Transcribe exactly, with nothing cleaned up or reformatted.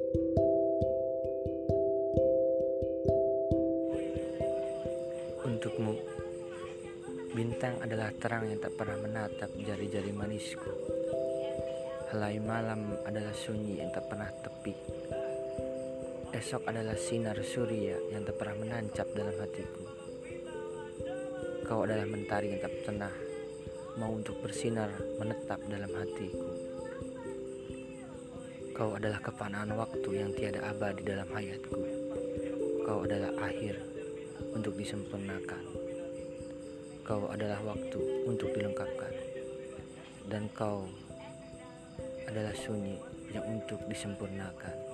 Untukmu, bintang adalah terang yang tak pernah menatap jari-jari manisku. Helai malam adalah sunyi yang tak pernah tepi. Esok adalah sinar surya yang tak pernah menancap dalam hatiku. Kau adalah mentari yang tak pernah mau untuk bersinar menetap dalam hatiku. Kau adalah kefanaan waktu yang tiada abadi dalam hayatku. Kau adalah akhir untuk disempurnakan. Kau adalah waktu untuk dilengkapkan. Dan kau adalah sunyi yang untuk disempurnakan.